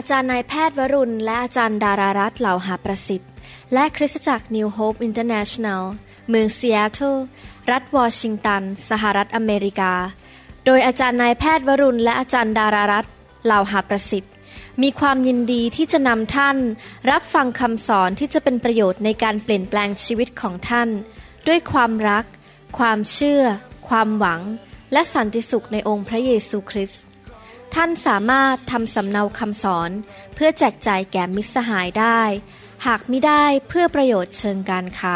อาจารย์นายแพทย์วรุณและอาจารย์ดารารัตน์เหล่าหาประสิทธิ์และคริสตจักร New Hope International เมืองซีแอตเทิลรัฐวอชิงตันสหรัฐอเมริกาโดยอาจารย์นายแพทย์วรุณและอาจารย์ดารารัตน์เหล่าหาประสิทธิ์มีความยินดีที่จะนำท่านรับฟังคำสอนที่จะเป็นประโยชน์ในการเปลี่ยนแปลงชีวิตของท่านด้วยความรักความเชื่อความหวังและสันติสุขในองค์พระเยซูคริสต์ท่านสามารถทำสำเนาคำสอนเพื่อแจกจ่ายแก่มิตรสหายได้หากมิได้เพื่อประโยชน์เชิงการค้า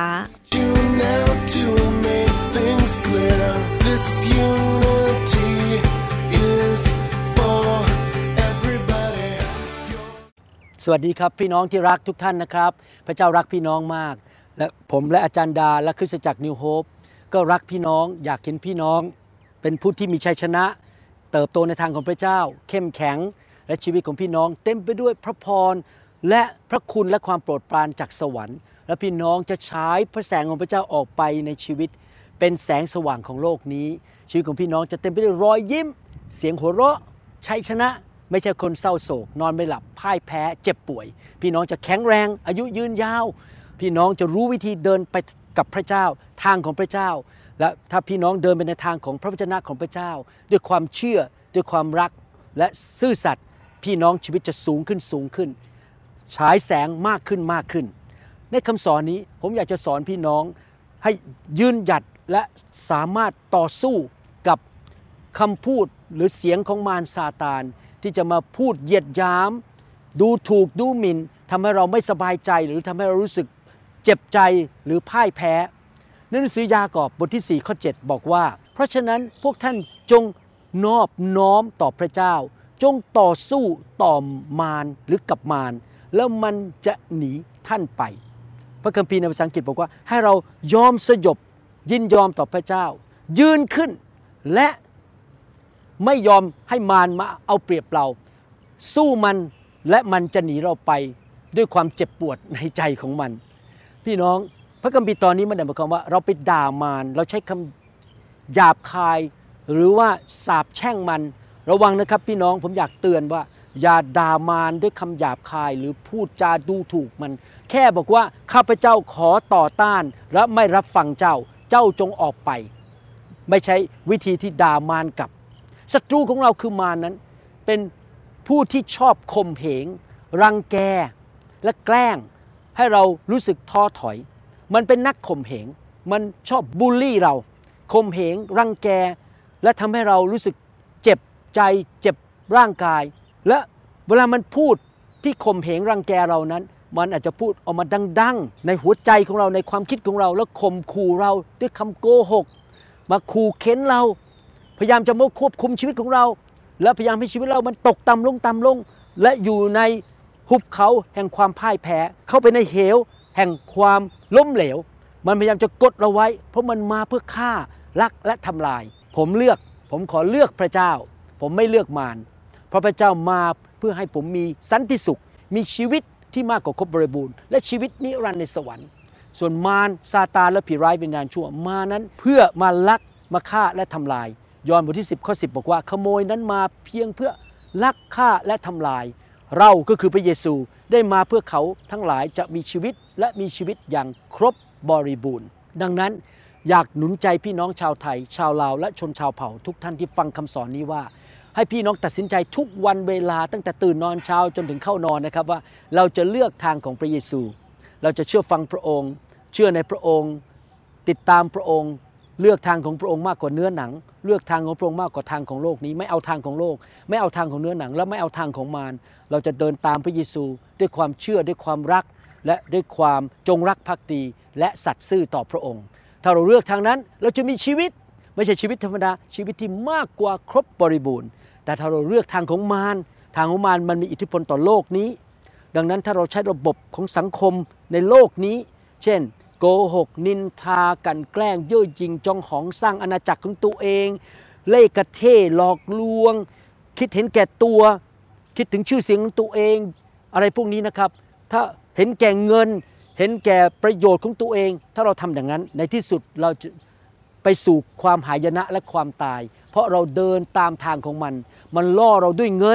สวัสดีครับพี่น้องที่รักทุกท่านนะครับพระเจ้ารักพี่น้องมากและผมและอาจารย์ดาและคริสตจักร New Hope ก็รักพี่น้องอยากเห็นพี่น้องเป็นผู้ที่มีชัยชนะเติบโตในทางของพระเจ้าเข้มแข็งและชีวิตของพี่น้องเต็มไปด้วยพระพรและพระคุณและความโปรดปรานจากสวรรค์และพี่น้องจะฉายพระแสงของพระเจ้าออกไปในชีวิตเป็นแสงสว่างของโลกนี้ชีวิตของพี่น้องจะเต็มไปด้วยรอยยิ้มเสียงหัวเราะชัยชนะไม่ใช่คนเศร้าโศกนอนไม่หลับพ่ายแพ้เจ็บป่วยพี่น้องจะแข็งแรงอายุยืนยาวพี่น้องจะรู้วิธีเดินไปกับพระเจ้าทางของพระเจ้าและถ้าพี่น้องเดินไปในทางของพระวจนะของพระเจ้าด้วยความเชื่อด้วยความรักและซื่อสัตย์พี่น้องชีวิตจะสูงขึ้นฉายแสงมากขึ้นในคำสอนนี้ผมอยากจะสอนพี่น้องให้ยืนหยัดและสามารถต่อสู้กับคำพูดหรือเสียงของมารซาตานที่จะมาพูดเหยียดหยามดูถูกดูหมิ่นทำให้เราไม่สบายใจหรือทำให้เรารู้สึกเจ็บใจหรือพ่ายแพ้ในหนังสือยากอบบทที่4ข้อ7บอกว่าเพราะฉะนั้นพวกท่านจงนอบน้อมต่อพระเจ้าจงต่อสู้ต่อมารหรือกับมารแล้วมันจะหนีท่านไปพระคัมภีร์ในภาษาอังกฤษบอกว่าให้เรายอมสยบยินยอมต่อพระเจ้ายืนขึ้นและไม่ยอมให้มารมาเอาเปรียบเราสู้มันและมันจะหนีเราไปด้วยความเจ็บปวดในใจของมันพี่น้องพระคัมภีร์ตอนนี้มันหมายความว่าเราไปด่ามารเราใช้คำหยาบคายหรือว่าสาปแช่งมันระวังนะครับพี่น้องผมอยากเตือนว่าอย่าด่ามารด้วยคำหยาบคายหรือพูดจาดูถูกมันแค่บอกว่าข้าพเจ้าขอต่อต้านและไม่รับฟังเจ้าจงออกไปไม่ใช่วิธีที่ด่ามารกลับศัตรูของเราคือมารนั้นเป็นผู้ที่ชอบข่มเหงรังแกและแกล้งให้เรารู้สึกท้อถอยมันเป็นนักข่มเหงมันชอบบูลลี่เราข่มเหงรังแกและทำให้เรารู้สึกเจ็บใจเจ็บร่างกายและเวลามันพูดที่ข่มเหงรังแกเรานั้นมันอาจจะพูดออกมาดังๆในหัวใจของเราในความคิดของเราแล้วข่มขู่เราด้วยคำโกหกมาขู่เค้นเราพยายามจะมาควบคุมชีวิตของเราและพยายามให้ชีวิตเรามันตกต่ำลงและอยู่ในหุบเขาแห่งความพ่ายแพ้เข้าไปในเหวแห่งความล้มเหลวมันพยายามจะกดเราไว้เพราะมันมาเพื่อฆ่าลักและทำลายผมขอเลือกพระเจ้าผมไม่เลือกมารเพราะพระเจ้ามาเพื่อให้ผมมีสันติสุขมีชีวิตที่มากกว่าครบบริบูรณ์และชีวิตนิรันดร์ในสวรรค์ส่วนมารซาตานและผีร้ายวิญญาณชั่วมานั้นเพื่อมาลักมาฆ่าและทำลายยอห์นบทที่10ข้อ10บอกว่าขโมยนั้นมาเพียงเพื่อลักฆ่าและทำลายเราก็คือพระเยซูได้มาเพื่อเขาทั้งหลายจะมีชีวิตและมีชีวิตอย่างครบบริบูรณ์ดังนั้นอยากหนุนใจพี่น้องชาวไทยชาวลาวและชนชาวเผ่าทุกท่านที่ฟังคำสอนนี้ว่าให้พี่น้องตัดสินใจทุกวันเวลาตั้งแต่ตื่นนอนเช้าจนถึงเข้านอนนะครับว่าเราจะเลือกทางของพระเยซูเราจะเชื่อฟังพระองค์เชื่อในพระองค์ติดตามพระองค์เลือกทางของพระองค์มากกว่าเนื้อหนังเลือกทางของพระองค์มากกว่าทางของโลกนี้ไม่เอาทางของโลกไม่เอาทางของเนื้อหนังและไม่เอาทางของมารเราจะเดินตามพระเยซูด้วยความเชื่อด้วยความรักและด้วยความจงรักภักดีและสัตย์ซื่อต่อพระองค์ถ้าเราเลือกทางนั้นเราจะมีชีวิตไม่ใช่ชีวิตธรรมดาชีวิตที่มากกว่าครบบริบูรณ์แต่ถ้าเราเลือกทางของมารมันมีอิทธิพลต่อโลกนี้ดังนั้นถ้าเราใช้ระบบของสังคมในโลกนี้เช่นโกหกนินทากันแกล้งเย่อหยิ่งจองหองสร้างอาณาจักรของตัวเองเล่ห์กระเท่หลอกลวงคิดเห็นแก่ตัวคิดถึงชื่อเสียงของตัวเองอะไรพวกนี้นะครับถ้าเห็นแก่เงินเห็นแก่ประโยชน์ของตัวเองถ้าเราทำอย่างนั้นในที่สุดเราจะไปสู่ความหายนะและความตายเพราะเราเดินตามทางของมันล่อเราด้วยเงิน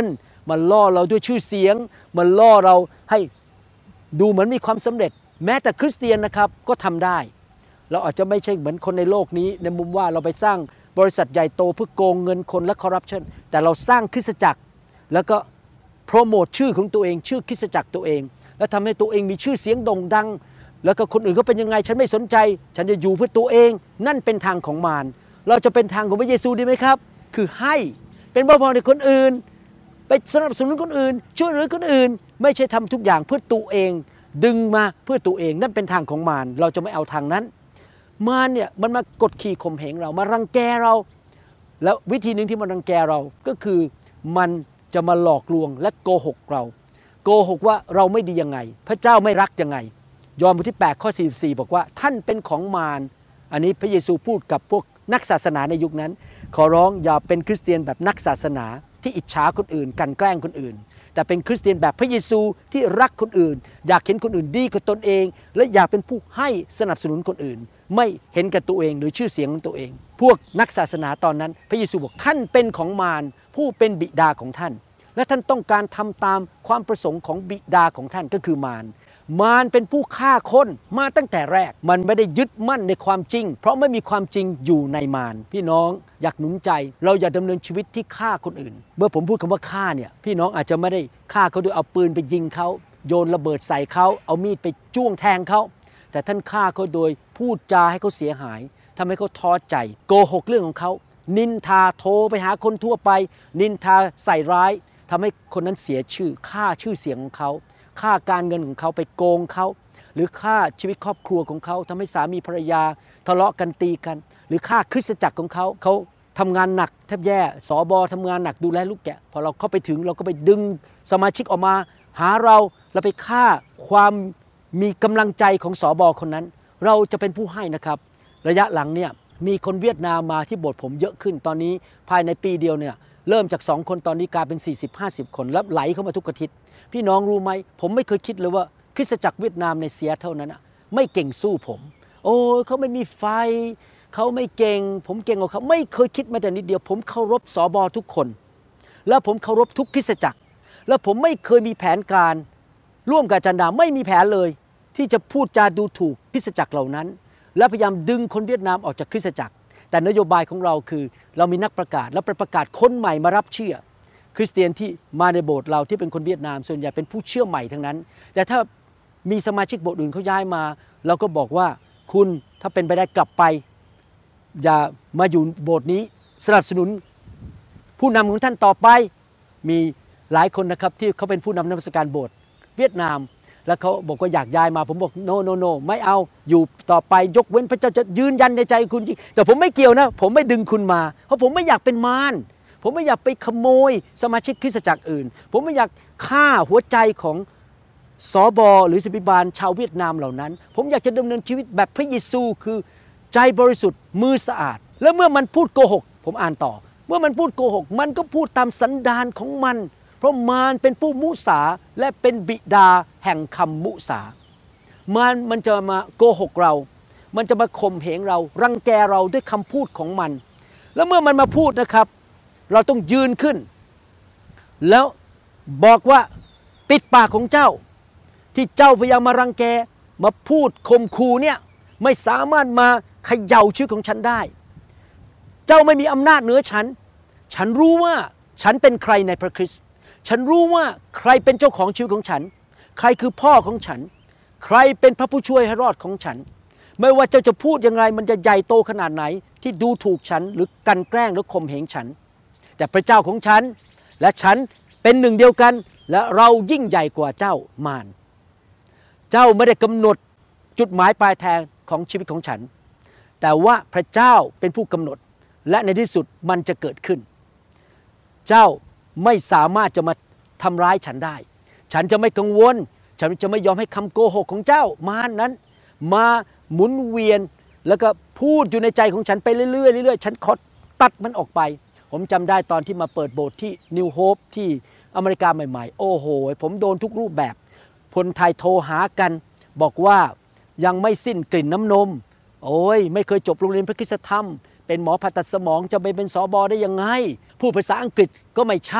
มาล่อเราด้วยชื่อเสียงมาล่อเราให้ดูเหมือนมีความสำเร็จแม้แต่คริสเตียนนะครับก็ทำได้เราอาจจะไม่ใช่เหมือนคนในโลกนี้ในมุมว่าเราไปสร้างบริษัทใหญ่โตเพื่อโกงเงินคนและคอร์รัปชันแต่เราสร้างคริสตจักรแล้วก็โปรโมทชื่อของตัวเองชื่อคริสตจักรตัวเองและทำให้ตัวเองมีชื่อเสียงโด่งดังแล้วก็คนอื่นเขาเป็นยังไงฉันไม่สนใจฉันจะอยู่เพื่อตัวเองนั่นเป็นทางของมารเราจะเป็นทางของพระเยซูดีไหมครับคือให้เป็นพระพรในคนอื่นไปสนับสนุนคนอื่นช่วยเหลือคนอื่นไม่ใช่ทำทุกอย่างเพื่อตัวเองดึงมาเพื่อตัวเองนั่นเป็นทางของมารเราจะไม่เอาทางนั้นมารเนี่ยมันมากดขี่ข่มเหงเรามารังแกเราแล้ววิธีหนึ่งที่มันรังแกเราก็คือมันจะมาหลอกลวงและโกหกเราโกหกว่าเราไม่ดียังไงพระเจ้าไม่รักยังไงยอห์นบทที่8ข้อ44บอกว่าท่านเป็นของมารอันนี้พระเยซูพูดกับพวกนักศาสนาในยุคนั้นขอร้องอย่าเป็นคริสเตียนแบบนักศาสนาที่อิจฉาคนอื่นกันแกล้งคนอื่นแต่เป็นคริสเตียนแบบพระเยซูที่รักคนอื่นอยากเห็นคนอื่นดีกว่าตนเองและอยากเป็นผู้ให้สนับสนุนคนอื่นไม่เห็นแก่ตัวเองหรือชื่อเสียงของตัวเองพวกนักศาสนาตอนนั้นพระเยซูบอกท่านเป็นของมารผู้เป็นบิดาของท่านและท่านต้องการทำตามความประสงค์ของบิดาของท่านก็คือมารเป็นผู้ฆ่าคนมาตั้งแต่แรกมันไม่ได้ยึดมั่นในความจริงเพราะไม่มีความจริงอยู่ในมารพี่น้องอยากหนุนใจเราอย่าดำเนินชีวิตที่ฆ่าคนอื่นเมื่อผมพูดคำว่าฆ่าเนี่ยพี่น้องอาจจะไม่ได้ฆ่าเขาด้วยเอาปืนไปยิงเขาโยนระเบิดใส่เขาเอามีดไปจ้วงแทงเขาแต่ท่านฆ่าเขาโดยพูดจาให้เขาเสียหายทำให้เขาท้อใจโกหกเรื่องของเขานินทาโทรไปหาคนทั่วไปนินทาใส่ร้ายทำให้คนนั้นเสียชื่อฆ่าชื่อเสียงของเขาฆ่าการเงินของเขาไปโกงเขาหรือฆ่าชีวิตครอบครัวของเขาทำให้สามีภรรยาทะเลาะกันตีกันหรือฆ่าคริสตจักรของเขาทำงานหนักแทบแย่สบทำงานหนักดูแลลูกแกะพอเราเข้าไปถึงเราก็ไปดึงสมาชิกออกมาหาเราแล้วไปฆ่าความมีกำลังใจของสบคนนั้นเราจะเป็นผู้ให้นะครับระยะหลังเนี่ยมีคนเวียดนามมาที่โบสถ์ผมเยอะขึ้นตอนนี้ภายในปีเดียวเนี่ยเริ่มจาก2คนตอนนี้กลายเป็น40-50คนแล้วไหลเข้ามาทุกอาทิตย์พี่น้องรู้ไหมผมไม่เคยคิดเลยว่าคริสตจักรเวียดนามในเซียเท่านั้นไม่เก่งสู้ผมโอ้เขาไม่มีไฟเขาไม่เก่งผมเก่งกว่าเขาไม่เคยคิดแม้แต่นิดเดียวผมเคารพสบทุกคนแล้วผมเคารพทุกคริสตจักรแล้วผมไม่เคยมีแผนการร่วมกับอาจารย์ดาไม่มีแผนเลยที่จะพูดจาดูถูกคริสตจักรเหล่านั้นและพยายามดึงคนเวียดนามออกจากคริสตจักรแต่นโยบายของเราคือเรามีนักประกาศและประกาศคนใหม่มารับเชื่อคริสเตียนที่มาในโบสถ์เราที่เป็นคนเวียดนามส่วนใหญ่เป็นผู้เชื่อใหม่ทั้งนั้นแต่ถ้ามีสมาชิกโบสถ์อื่นเขาย้ายมาเราก็บอกว่าคุณถ้าเป็นไปได้กลับไปอย่ามาอยู่โบสถ์นี้สนับสนุนผู้นำของท่านต่อไปมีหลายคนนะครับที่เขาเป็นผู้นำนมัสการโบสถ์เวียดนามแล้วเขาบอกว่าอยากย้ายมาผมบอก no ไม่เอาอยู่ต่อไปยกเว้นพระเจ้าจะยืนยันในใจคุณจริงแต่ผมไม่เกี่ยวนะผมไม่ดึงคุณมาเพราะผมไม่อยากเป็นมารผมไม่อยากไปขโมยสมาชิกคริสตจักรอื่นผมไม่อยากฆ่าหัวใจของสบหรือศิบิบาลชาวเวียดนามเหล่านั้นผมอยากจะดำเนินชีวิตแบบพระเยซูคือใจบริสุทธิ์มือสะอาดแล้วเมื่อมันพูดโกหกผมอ่านต่อเมื่อมันพูดโกหกมันก็พูดตามสันดานของมันเพราะมารเป็นผู้มุสาและเป็นบิดาแห่งคำมุสามันจะมาโกหกเรามันจะมาข่มเหงเรารังแกเราด้วยคำพูดของมันแล้วเมื่อมันมาพูดนะครับเราต้องยืนขึ้นแล้วบอกว่าปิดปากของเจ้าที่เจ้าพยายามมารังแกมาพูดข่มขู่เนี่ยไม่สามารถมาเขย่าชีวิตของฉันได้เจ้าไม่มีอำนาจเหนือฉันรู้ว่าฉันเป็นใครในพระคริสต์ฉันรู้ว่าใครเป็นเจ้าของชีวิตของฉันใครคือพ่อของฉันใครเป็นพระผู้ช่วยให้รอดของฉันไม่ว่าเจ้าจะพูดอย่างไรมันจะใหญ่โตขนาดไหนที่ดูถูกฉันหรือกันแกล้งหรือข่มเหงฉันแต่พระเจ้าของฉันและฉันเป็นหนึ่งเดียวกันและเรายิ่งใหญ่กว่าเจ้ามารเจ้าไม่ได้กำหนดจุดหมายปลายทางของชีวิตของฉันแต่ว่าพระเจ้าเป็นผู้กำหนดและในที่สุดมันจะเกิดขึ้นเจ้าไม่สามารถจะมาทำร้ายฉันได้ฉันจะไม่กังวลฉันจะไม่ยอมให้คำโกหกของเจ้ามารนั้นมาหมุนเวียนแล้วก็พูดอยู่ในใจของฉันไปเรื่อยๆฉันขอตัดมันออกไปผมจำได้ตอนที่มาเปิดโบสถ์ที่นิวโฮปที่อเมริกาใหม่ๆโอ้โหผมโดนทุกรูปแบบคนไทยโทรหากันบอกว่ายังไม่สิ้นกลิ่นน้ำนมโอ้ยไม่เคยจบโรงเรียนพระคริสตธรรมเป็นหมอผ่าตัดสมองจะไปเป็นสบได้ยังไงพูดภาษาอังกฤษก็ไม่ชัด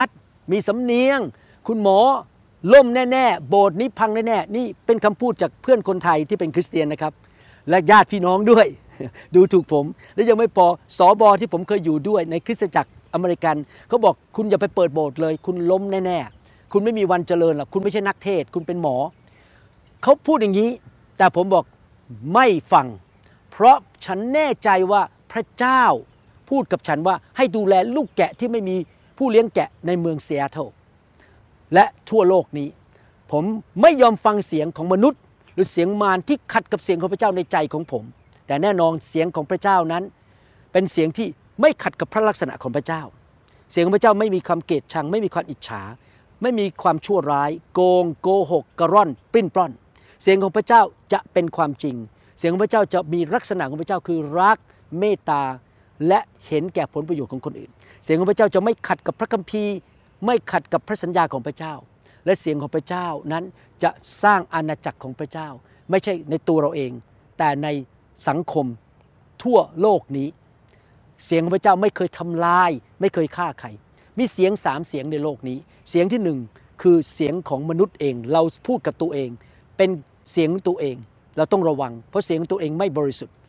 มีสำเนียงคุณหมอล่มแน่ๆโบสถ์นี้พังแน่ๆนี่เป็นคำพูดจากเพื่อนคนไทยที่เป็นคริสเตียนนะครับและญาติพี่น้องด้วย ดูถูกผมและยังไม่พอสบที่ผมเคยอยู่ด้วยในคริสตจักรอเมริกันเขาบอกคุณอย่าไปเปิดโบสถ์เลยคุณล้มแน่ๆคุณไม่มีวันเจริญหรอกคุณไม่ใช่นักเทศคุณเป็นหมอเขาพูดอย่างนี้แต่ผมบอกไม่ฟังเพราะฉันแน่ใจว่าพระเจ้าพูดกับฉันว่าให้ดูแลลูกแกะที่ไม่มีผู้เลี้ยงแกะในเมืองซีแอตเทิลและทั่วโลกนี้ผมไม่ยอมฟังเสียงของมนุษย์หรือเสียงมารที่ขัดกับเสียงของพระเจ้าในใจของผมแต่แน่นอนเสียงของพระเจ้านั้นเป็นเสียงที่ไม่ขัดกับพระลักษณะของพระเจ้าเสียงของพระเจ้าไม่มีความเกลียดชังไม่มีความอิจฉาไม่มีความชั่วร้ายโกงโกหกกระร่อนปลิ้นปล้อนเสียงของพระเจ้าจะเป็นความจริงเสียงของพระเจ้าจะมีลักษณะของพระเจ้าคือรักเมตตาและเห็นแก่ผลประโยชน์ของคนอื่นเสียงของพระเจ้าจะไม่ขัดกับพระคัมภีร์ไม่ขัดกับพระสัญญาของพระเจ้าและเสียงของพระเจ้านั้นจะสร้างอาณาจักรของพระเจ้าไม่ใช่ในตัวเราเองแต่ในสังคมทั่วโลกนี้เสียงของพระเจ้าไม่เคยทำลายไม่เคยฆ่าใครมีเสียง3เสียงในโลกนี้เสียงที่1คือเสียงของมนุษย์เองเราพูดกับตัวเองเป็นเสียงของตัวเองเราต้องระวังเพราะเสียงของตัวเองไม่บริสุทธิ์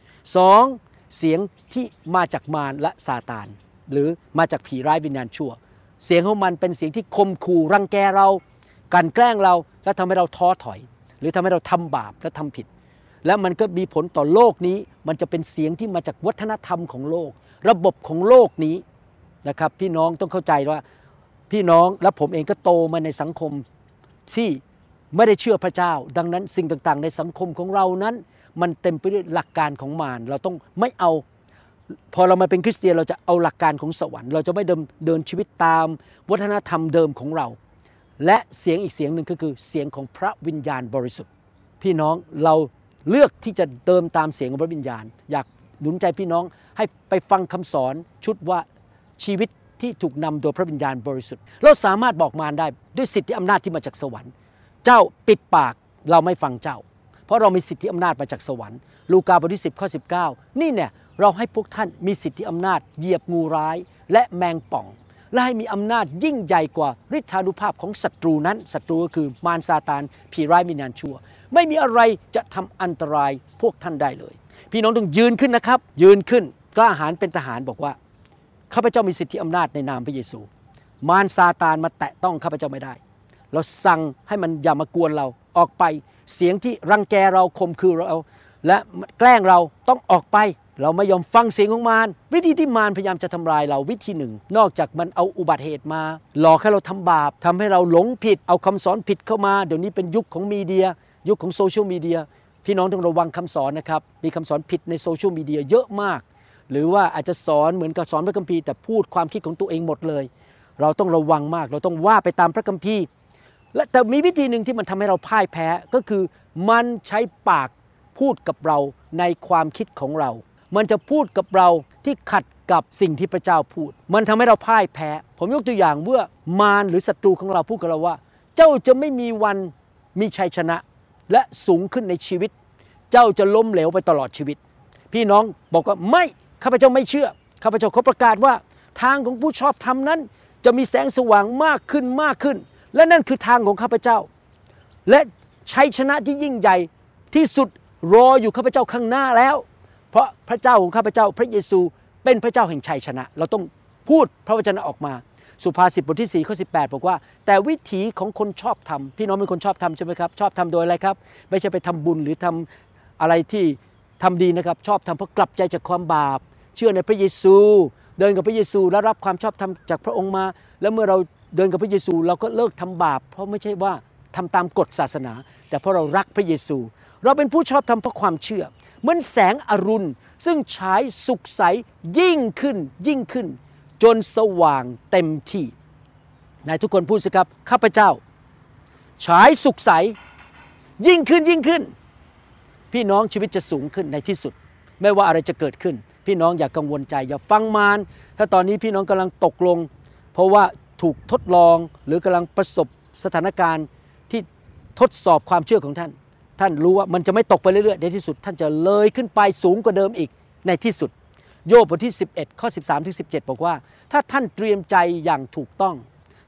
2เสียงที่มาจากมารและซาตานหรือมาจากผีร้ายวิญญาณชั่วเสียงของมันเป็นเสียงที่ข่มขู่รังแกเรากลั่นแกล้งเราและทำให้เราท้อถอยหรือทำให้เราทำบาปและทำผิดและมันก็มีผลต่อโลกนี้มันจะเป็นเสียงที่มาจากวัฒนธรรมของโลกระบบของโลกนี้นะครับพี่น้องต้องเข้าใจว่าพี่น้องและผมเองก็โตมาในสังคมที่ไม่ได้เชื่อพระเจ้าดังนั้นสิ่งต่างๆในสังคมของเรานั้นมันเต็มไปด้วยหลักการของมารเราต้องไม่เอาพอเรามาเป็นคริสเตียนเราจะเอาหลักการของสวรรค์เราจะไม่เดินชีวิตตามวัฒนธรรมเดิมของเราและเสียงอีกเสียงหนึ่งก็คือเสียงของพระวิญญาณบริสุทธิ์พี่น้องเราเลือกที่จะเดินตามเสียงของพระวิญญาณอยากหนุนใจพี่น้องให้ไปฟังคำสอนชุดว่าชีวิตที่ถูกนำโดยพระวิญญาณบริสุทธิ์เราสามารถบอกมารได้ด้วยสิทธิอำนาจที่มาจากสวรรค์เจ้าปิดปากเราไม่ฟังเจ้าเพราะเรามีสิทธิอำนาจมาจากสวรรค์ลูกาบทที่10ข้อ19นี่เนี่ยเราให้พวกท่านมีสิทธิอำนาจเหยียบงูร้ายและแมงป่องและให้มีอำนาจยิ่งใหญ่กว่าฤทธานุภาพของศัตรูนั้นศัตรูก็คือมารซาตานผีร้ายวิญญาณชั่วไม่มีอะไรจะทำอันตรายพวกท่านได้เลยพี่น้องต้องยืนขึ้นนะครับยืนขึ้นกล้าหาญเป็นทหารบอกว่าข้าพเจ้ามีสิทธิอำนาจในนามพระเยซูมารซาตานมาแตะต้องข้าพเจ้าไม่ได้เราสั่งให้มันอย่ามากวนเราออกไปเสียงที่รังแกเราข่มขืนเราและแกล้งเราต้องออกไปเราไม่ยอมฟังเสียงของมารวิธีที่มารพยายามจะทำลายเราวิธีหนึ่งนอกจากมันเอาอุบัติเหตุมาหลอกให้เราทำบาปทำให้เราหลงผิดเอาคำสอนผิดเข้ามาเดี๋ยวนี้เป็นยุคของมีเดียยุคของโซเชียลมีเดียพี่น้องต้องระวังคำสอนนะครับมีคำสอนผิดในโซเชียลมีเดียเยอะมากหรือว่าอาจจะสอนเหมือนกับสอนพระคัมภีร์แต่พูดความคิดของตัวเองหมดเลยเราต้องระวังมากเราต้องว่าไปตามพระคัมภีร์และแต่มีวิธีหนึ่งที่มันทำให้เราพ่ายแพ้ก็คือมันใช้ปากพูดกับเราในความคิดของเรามันจะพูดกับเราที่ขัดกับสิ่งที่พระเจ้าพูดมันทำให้เราพ่ายแพ้ผมยกตัวอย่างเมื่อมารหรือศัตรูของเราพูดกับเราว่าเจ้าจะไม่มีวันมีชัยชนะและสูงขึ้นในชีวิตเจ้าจะล้มเหลวไปตลอดชีวิตพี่น้องบอกว่าไม่ข้าพเจ้าไม่เชื่อข้าพเจ้าขอประกาศว่าทางของผู้ชอบธรรมนั้นจะมีแสงสว่างมากขึ้นมากขึ้นและนั่นคือทางของข้าพเจ้าและชัยชนะที่ยิ่งใหญ่ที่สุดรออยู่ข้าพเจ้าข้างหน้าแล้วเพราะพระเจ้าของข้าพเจ้าพระเยซูเป็นพระเจ้าแห่งชัยชนะเราต้องพูดพระวจนะออกมาสุภาษิตบทที่4ข้อ18บอกว่าแต่วิถีของคนชอบธรรมพี่น้องเป็นคนชอบธรรมใช่ไหมครับชอบธรรมโดยอะไรครับไม่ใช่ไปทำบุญหรือทำอะไรที่ทำดีนะครับชอบธรรมเพราะกลับใจจากความบาปเชื่อในพระเยซูเดินกับพระเยซูและรับความชอบธรรมจากพระองค์มาแล้วเมื่อเราเดินกับพระเยซูเราก็เลิกทำบาปเพราะไม่ใช่ว่าทำตามกฎศาสนาแต่เพราะเรารักพระเยซูเราเป็นผู้ชอบธรรมเพราะความเชื่อเหมือนแสงอรุณซึ่งฉายสุขใสยิ่งขึ้นจนสว่างเต็มที่นายทุกคนพูดสิครับข้าพเจ้าฉายสุขใสยิ่งขึ้นพี่น้องชีวิตจะสูงขึ้นในที่สุดไม่ว่าอะไรจะเกิดขึ้นพี่น้องอย่ากังวลใจอย่าฟังมารถ้าตอนนี้พี่น้องกำลังตกลงเพราะว่าถูกทดลองหรือกำลังประสบสถานการณ์ที่ทดสอบความเชื่อของท่านรู้ว่ามันจะไม่ตกไปเรื่อยๆในที่สุดท่านจะเลยขึ้นไปสูงกว่าเดิมอีกในที่สุดโยบบทที่11ข้อ13ถึง17บอกว่าถ้าท่านเตรียมใจอย่างถูกต้อง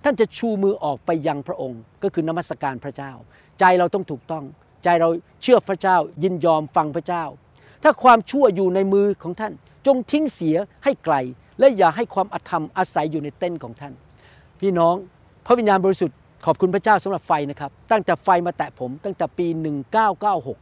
ท่านจะชูมือออกไปยังพระองค์ก็คือนมัสการพระเจ้าใจเราต้องถูกต้องใจเราเชื่อพระเจ้ายินยอมฟังพระเจ้าถ้าความชั่วอยู่ในมือของท่านจงทิ้งเสียให้ไกลและอย่าให้ความอธรรมอาศัยอยู่ในเต็นท์ของท่านพี่น้องพระวิญญาณบริสุทธิ์ขอบคุณพระเจ้าสำหรับไฟนะครับตั้งแต่ไฟมาแตะผมตั้งแต่ปี1996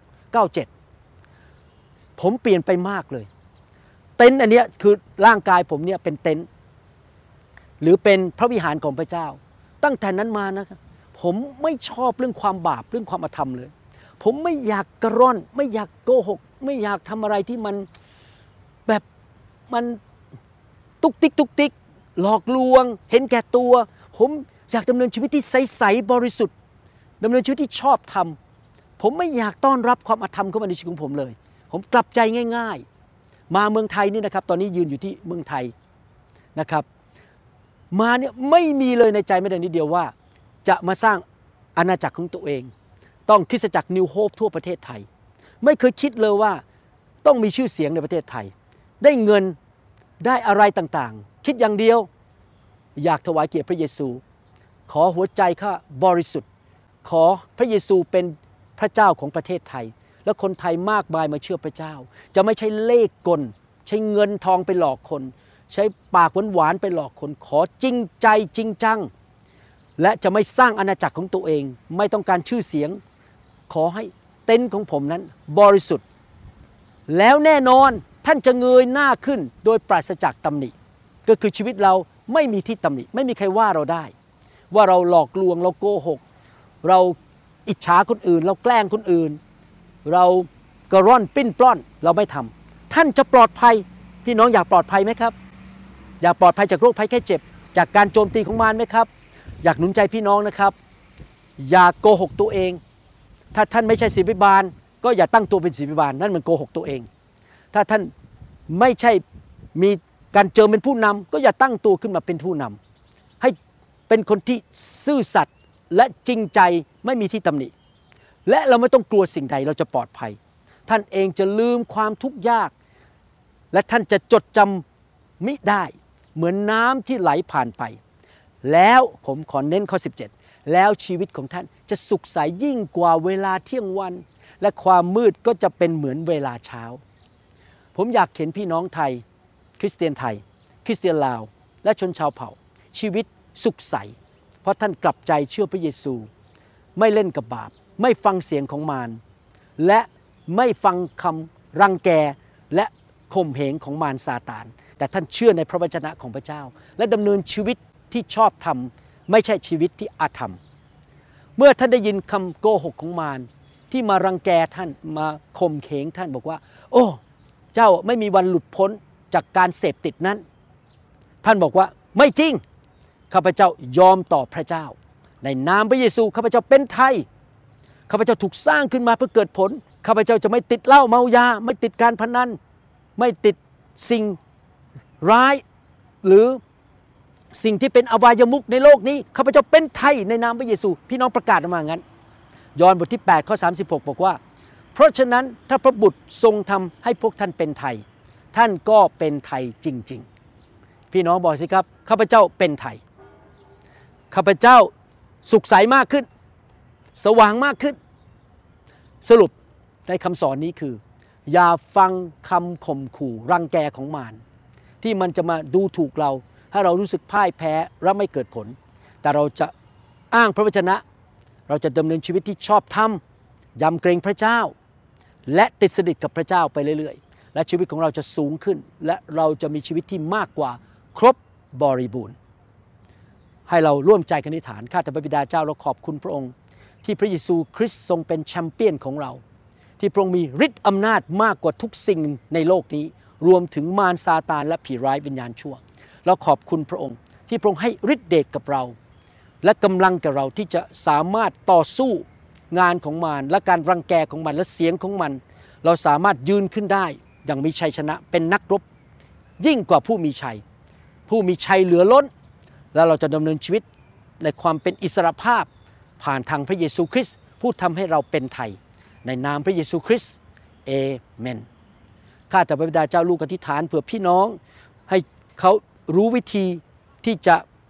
97ผมเปลี่ยนไปมากเลยเต็นท์อันนี้คือร่างกายผมเนี่ยเป็นเต็นท์หรือเป็นพระวิหารของพระเจ้าตั้งแต่นั้นมานะครับผมไม่ชอบเรื่องความบาปเรื่องความอธรรมเลยผมไม่อยากกระร่อนไม่อยากโกหกไม่อยากทำอะไรที่มันแบบมันตุกติกหลอกลวงเห็นแก่ตัวผมอยากดำเนินชีวิตที่ใสๆบริสุทธิ์ดำเนินชีวิตที่ชอบธรรมผมไม่อยากต้อนรับความอธรรมเข้ามาในชีวิตของผมเลยผมกลับใจง่ายๆมาเมืองไทยนี่นะครับตอนนี้ยืนอยู่ที่เมืองไทยนะครับมาเนี่ยไม่มีเลยในใจไม่ได้นิดเดียวว่าจะมาสร้างอาณาจักรของตัวเองต้องคริสตจักร New Hope ทั่วประเทศไทยไม่เคยคิดเลยว่าต้องมีชื่อเสียงในประเทศไทยได้เงินได้อะไรต่างๆคิดอย่างเดียวอยากถวายเกียรติพระเยซูขอหัวใจข้าบริสุทธิ์ขอพระเยซูเป็นพระเจ้าของประเทศไทยและคนไทยมากมายมาเชื่อพระเจ้าจะไม่ใช่เล่ห์กลใช้เงินทองไปหลอกคนใช้ปากหวานๆไปหลอกคนขอจริงใจจริงจังและจะไม่สร้างอาณาจักรของตัวเองไม่ต้องการชื่อเสียงขอให้เต็นท์ของผมนั้นบริสุทธิ์แล้วแน่นอนท่านจะเงยหน้าขึ้นโดยปราศจากตำหนิก็คือชีวิตเราไม่มีที่ตำหนิไม่มีใครว่าเราได้ว่าเราหลอกลวงเราโกหกเราอิจฉาคนอื่นเราแกล้งคนอื่นเรากระร่อนปิ้นปล้อนเราไม่ทำท่านจะปลอดภัยพี่น้องอยากปลอดภัยไหมครับอยากปลอดภัยจากโรคภัยแค่เจ็บจากการโจมตีของมารไหมครับอยากหนุนใจพี่น้องนะครับอย่าโกหกตัวเองถ้าท่านไม่ใช่ศิษย์พิบาลก็อย่าตั้งตัวเป็นศิษย์พิบาลนั่นมันโกหกตัวเองถ้าท่านไม่ใช่มีการเจิมเป็นผู้นำก็อย่าตั้งตัวขึ้นมาเป็นผู้นำให้เป็นคนที่ซื่อสัตย์และจริงใจไม่มีที่ตำหนิและเราไม่ต้องกลัวสิ่งใดเราจะปลอดภัยท่านเองจะลืมความทุกข์ยากและท่านจะจดจำมิได้เหมือนน้ำที่ไหลผ่านไปแล้วผมขอเน้นข้อ17แล้วชีวิตของท่านจะสุขใสยิ่งกว่าเวลาเที่ยงวันและความมืดก็จะเป็นเหมือนเวลาเช้าผมอยากเห็นพี่น้องไทยคริสเตียนไทยคริสเตียนลาวและชนชาวเผ่าชีวิตสุขใสเพราะท่านกลับใจเชื่อพระเยซูไม่เล่นกับบาปไม่ฟังเสียงของมารและไม่ฟังคำรังแกและข่มเหงของมารซาตานแต่ท่านเชื่อในพระวจนะของพระเจ้าและดำเนินชีวิตที่ชอบธรรมไม่ใช่ชีวิตที่อาธรรมเมื่อท่านได้ยินคำโกหกของมารที่มารังแกท่านมาข่มเหงท่านบอกว่าโอ้เจ้าไม่มีวันหลุดพ้นจากการเสพติดนั้นท่านบอกว่าไม่จริงข้าพเจ้ายอมต่อพระเจ้าในนามพระเยซูข้าพเจ้าเป็นไทยข้าพเจ้าถูกสร้างขึ้นมาเพื่อเกิดผลข้าพเจ้าจะไม่ติดเหล้าเมายาไม่ติดการพนันไม่ติดสิ่งร้ายหรือสิ่งที่เป็นอบายมุขในโลกนี้ข้าพเจ้าเป็นไทยในนามพระเยซูพี่น้องประกาศออกมางั้นยอห์นบทที่8ข้อ36บอกว่าเพราะฉะนั้นถ้าพระบุตรทรงทำให้พวกท่านเป็นไทยท่านก็เป็นไทยจริงๆพี่น้องบอกสิครับข้าพเจ้าเป็นไทยข้าพเจ้าสุขใสมากขึ้นสว่างมากขึ้นสรุปในคำสอนนี้คืออย่าฟังคำข่มขู่รังแกของมารที่มันจะมาดูถูกเราให้เรารู้สึกพ่ายแพ้และไม่เกิดผลแต่เราจะอ้างพระวจนะเราจะดำเนินชีวิตที่ชอบธรรมยำเกรงพระเจ้าและติดสนิทกับพระเจ้าไปเรื่อยๆและชีวิตของเราจะสูงขึ้นและเราจะมีชีวิตที่มากกว่าครบบริบูรณ์ให้เราร่วมใจกันอธิษฐานข้าแต่พระบิดาเจ้าเราขอบคุณพระองค์ที่พระเยซูคริสต์ทรงเป็นแชมเปี้ยนของเราที่พระองค์มีฤทธิ์อำนาจมากกว่าทุกสิ่งในโลกนี้รวมถึงมารซาตานและผีร้ายวิญญาณชั่วเราขอบคุณพระองค์ที่พระองค์ให้ฤทธิ์เดชกับเราและกำลังกับเราที่จะสามารถต่อสู้งานของมารและการรังแกของมันและเสียงของมันเราสามารถยืนขึ้นได้อย่างมีชัยชนะเป็นนักรบยิ่งกว่าผู้มีชัยเหลือล้นและเราจะดำเนินชีวิตในความเป็นอิสรภาพผ่านทางพระเยซูคริสต์ผู้ทำให้เราเป็นไทยในนามพระเยซูคริสต์เอเมนข้าแต่พระบิดาเจ้าลูกอธิษฐานเผื่อพี่น้องให้เขารู้วิธีที่จะ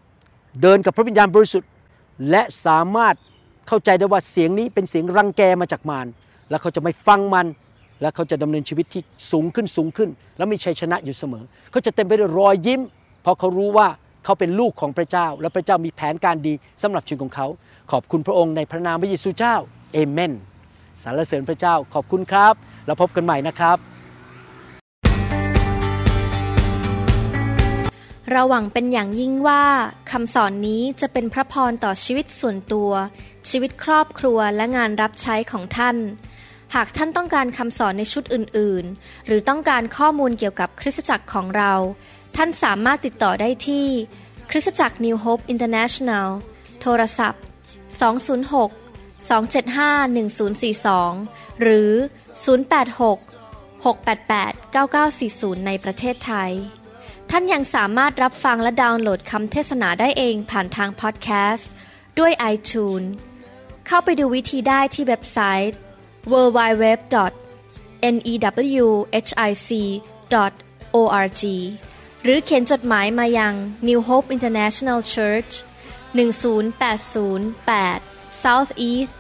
เดินกับพระวิญญาณบริสุทธิ์และสามารถเข้าใจได้ว่าเสียงนี้เป็นเสียงรังแกมาจากมารและเขาจะไม่ฟังมันและเขาจะดำเนินชีวิตที่สูงขึ้นแล้วมีชัยชนะอยู่เสมอเขาจะเต็มไปด้วยรอยยิ้มเพราะเขารู้ว่าเขาเป็นลูกของพระเจ้าและพระเจ้ามีแผนการดีสำหรับชีวิตของเขาขอบคุณพระองค์ในพระนามพระเยซูเจ้าเอเมนสรรเสริญพระเจ้าขอบคุณครับแล้วพบกันใหม่นะครับเราหวังเป็นอย่างยิ่งว่าคำสอนนี้จะเป็นพระพรต่อชีวิตส่วนตัวชีวิตครอบครัวและงานรับใช้ของท่านหากท่านต้องการคำสอนในชุดอื่นๆหรือต้องการข้อมูลเกี่ยวกับคริสตจักรของเราท่านสามารถติดต่อได้ที่คริสตจักร New Hope International โทรศัพท์206-275-1042หรือ086-688-9940ในประเทศไทยท่านยังสามารถรับฟังและดาวน์โหลดคำเทศนาได้เองผ่านทางพอดแคสต์ด้วย iTunes เข้าไปดูวิธีได้ที่เว็บไซต์ www.newhic.org หรือเขียนจดหมายมายัง New Hope International Church 10808 South East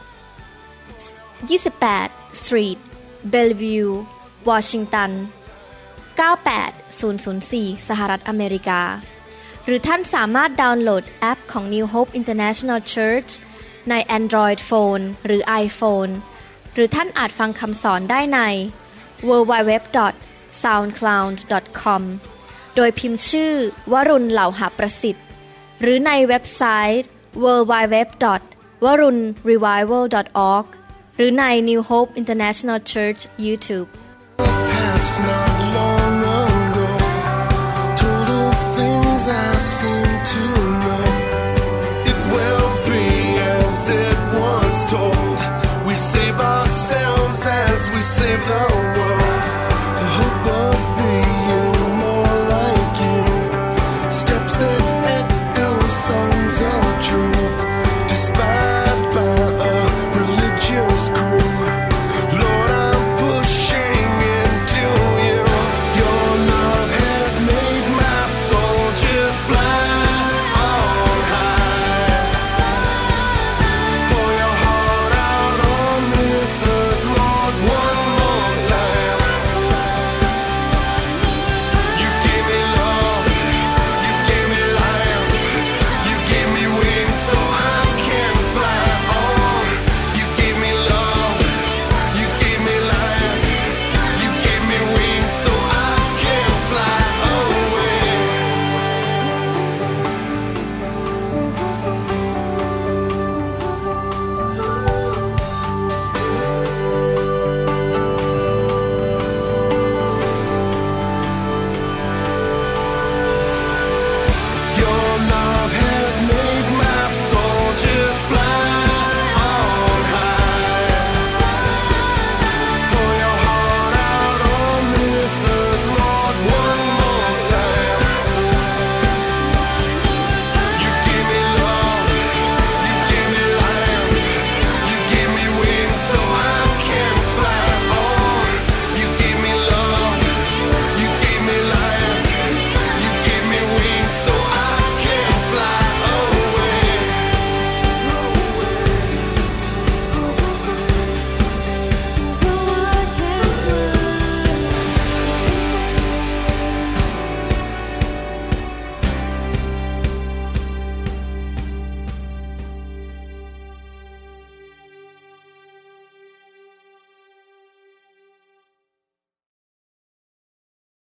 28 Street Bellevue Washington 98004 สหรัฐอเมริกาหรือท่านสามารถดาวน์โหลดแอปของ New Hope International Church ใน Android Phone หรือ iPhone หรือท่านอาจฟังคำสอนได้ใน www.soundcloud.com โดยพิมพ์ชื่อวรุณเหล่าหาประสิทธิ์หรือในเว็บไซต์ www.warunrevival.org หรือใน New Hope International Church YouTube